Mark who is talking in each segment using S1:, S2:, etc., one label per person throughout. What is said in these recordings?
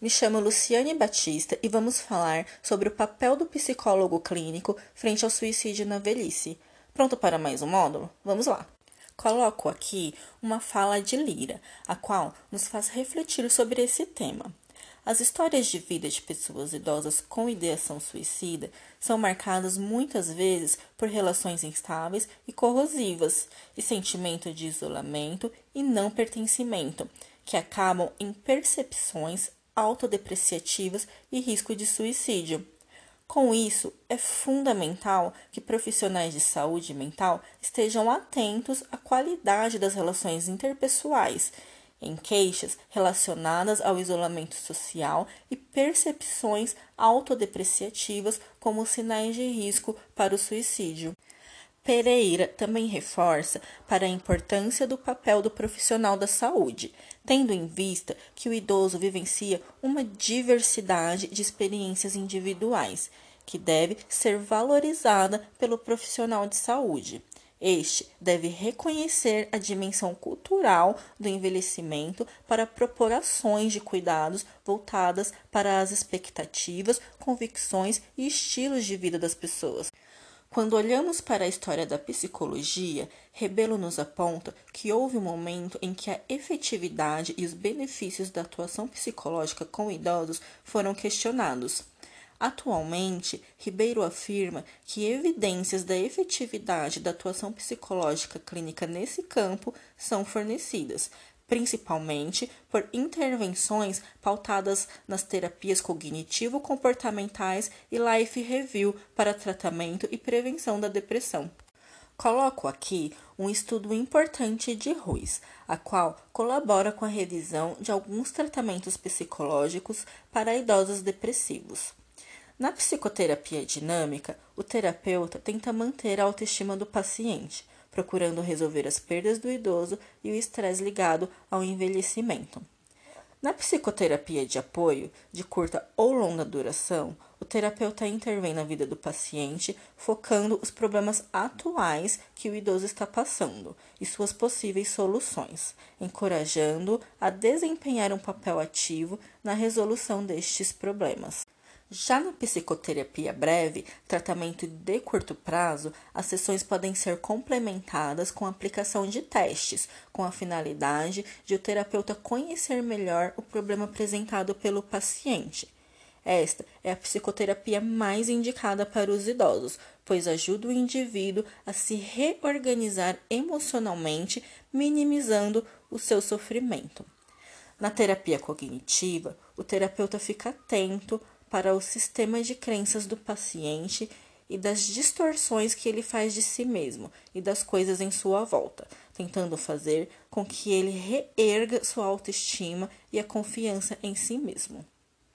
S1: Me chamo Luciane Batista e vamos falar sobre o papel do psicólogo clínico frente ao suicídio na velhice. Pronto para mais um módulo? Vamos lá! Coloco aqui uma fala de Lira, a qual nos faz refletir sobre esse tema. As histórias de vida de pessoas idosas com ideação suicida são marcadas muitas vezes por relações instáveis e corrosivas, e sentimento de isolamento e não pertencimento, que acabam em percepções autodepreciativas e risco de suicídio. Com isso, é fundamental que profissionais de saúde mental estejam atentos à qualidade das relações interpessoais, em queixas relacionadas ao isolamento social e percepções autodepreciativas como sinais de risco para o suicídio. Pereira também reforça para a importância do papel do profissional da saúde, tendo em vista que o idoso vivencia uma diversidade de experiências individuais, que deve ser valorizada pelo profissional de saúde. Este deve reconhecer a dimensão cultural do envelhecimento para propor ações de cuidados voltadas para as expectativas, convicções e estilos de vida das pessoas. Quando olhamos para a história da psicologia, Rebelo nos aponta que houve um momento em que a efetividade e os benefícios da atuação psicológica com idosos foram questionados. Atualmente, Ribeiro afirma que evidências da efetividade da atuação psicológica clínica nesse campo são fornecidas, principalmente por intervenções pautadas nas terapias cognitivo-comportamentais e life review para tratamento e prevenção da depressão. Coloco aqui um estudo importante de Ruiz, a qual colabora com a revisão de alguns tratamentos psicológicos para idosos depressivos. Na psicoterapia dinâmica, o terapeuta tenta manter a autoestima do paciente, procurando resolver as perdas do idoso e o estresse ligado ao envelhecimento. Na psicoterapia de apoio, de curta ou longa duração, o terapeuta intervém na vida do paciente, focando os problemas atuais que o idoso está passando e suas possíveis soluções, encorajando-o a desempenhar um papel ativo na resolução destes problemas. Já na psicoterapia breve, tratamento de curto prazo, as sessões podem ser complementadas com a aplicação de testes, com a finalidade de o terapeuta conhecer melhor o problema apresentado pelo paciente. Esta é a psicoterapia mais indicada para os idosos, pois ajuda o indivíduo a se reorganizar emocionalmente, minimizando o seu sofrimento. Na terapia cognitiva, o terapeuta fica atento para o sistema de crenças do paciente e das distorções que ele faz de si mesmo e das coisas em sua volta, tentando fazer com que ele reerga sua autoestima e a confiança em si mesmo.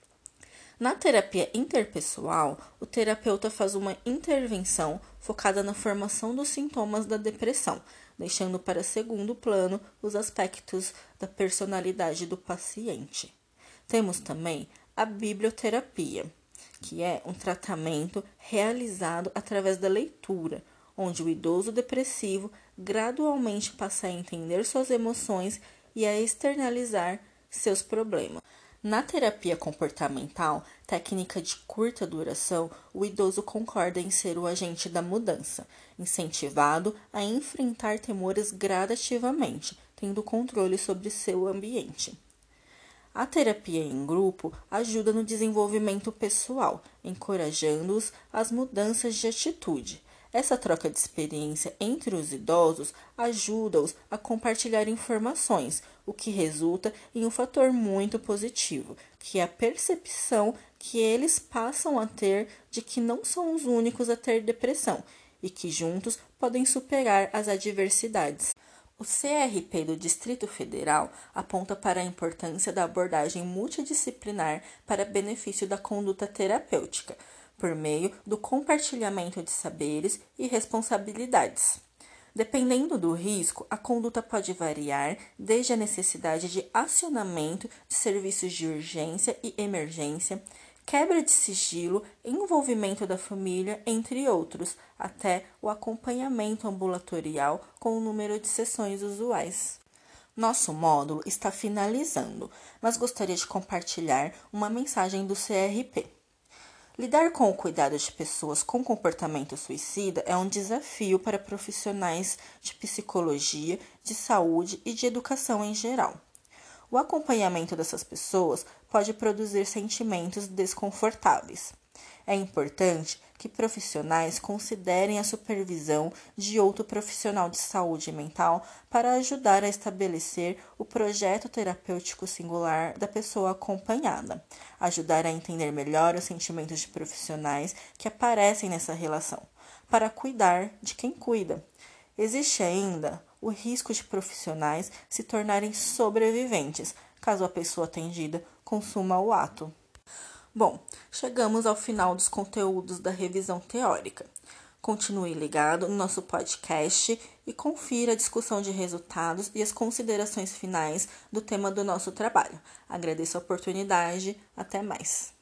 S1: Na terapia interpessoal, o terapeuta faz uma intervenção focada na formação dos sintomas da depressão, deixando para segundo plano os aspectos da personalidade do paciente. Temos também a biblioterapia, que é um tratamento realizado através da leitura, onde o idoso depressivo gradualmente passa a entender suas emoções e a externalizar seus problemas. Na terapia comportamental, técnica de curta duração, o idoso concorda em ser o agente da mudança, incentivado a enfrentar temores gradativamente, tendo controle sobre seu ambiente. A terapia em grupo ajuda no desenvolvimento pessoal, encorajando-os às mudanças de atitude. Essa troca de experiência entre os idosos ajuda-os a compartilhar informações, o que resulta em um fator muito positivo, que é a percepção que eles passam a ter de que não são os únicos a ter depressão e que juntos podem superar as adversidades. O CRP do Distrito Federal aponta para a importância da abordagem multidisciplinar para benefício da conduta terapêutica, por meio do compartilhamento de saberes e responsabilidades. Dependendo do risco, a conduta pode variar desde a necessidade de acionamento de serviços de urgência e emergência, quebra de sigilo, envolvimento da família, entre outros, até o acompanhamento ambulatorial com o número de sessões usuais. Nosso módulo está finalizando, mas gostaria de compartilhar uma mensagem do CRP. Lidar com o cuidado de pessoas com comportamento suicida é um desafio para profissionais de psicologia, de saúde e de educação em geral. O acompanhamento dessas pessoas pode produzir sentimentos desconfortáveis. É importante que profissionais considerem a supervisão de outro profissional de saúde mental para ajudar a estabelecer o projeto terapêutico singular da pessoa acompanhada, ajudar a entender melhor os sentimentos de profissionais que aparecem nessa relação, para cuidar de quem cuida. Existe ainda o risco de profissionais se tornarem sobreviventes, caso a pessoa atendida consuma o ato. Bom, chegamos ao final dos conteúdos da revisão teórica. Continue ligado no nosso podcast e confira a discussão de resultados e as considerações finais do tema do nosso trabalho. Agradeço a oportunidade. Até mais.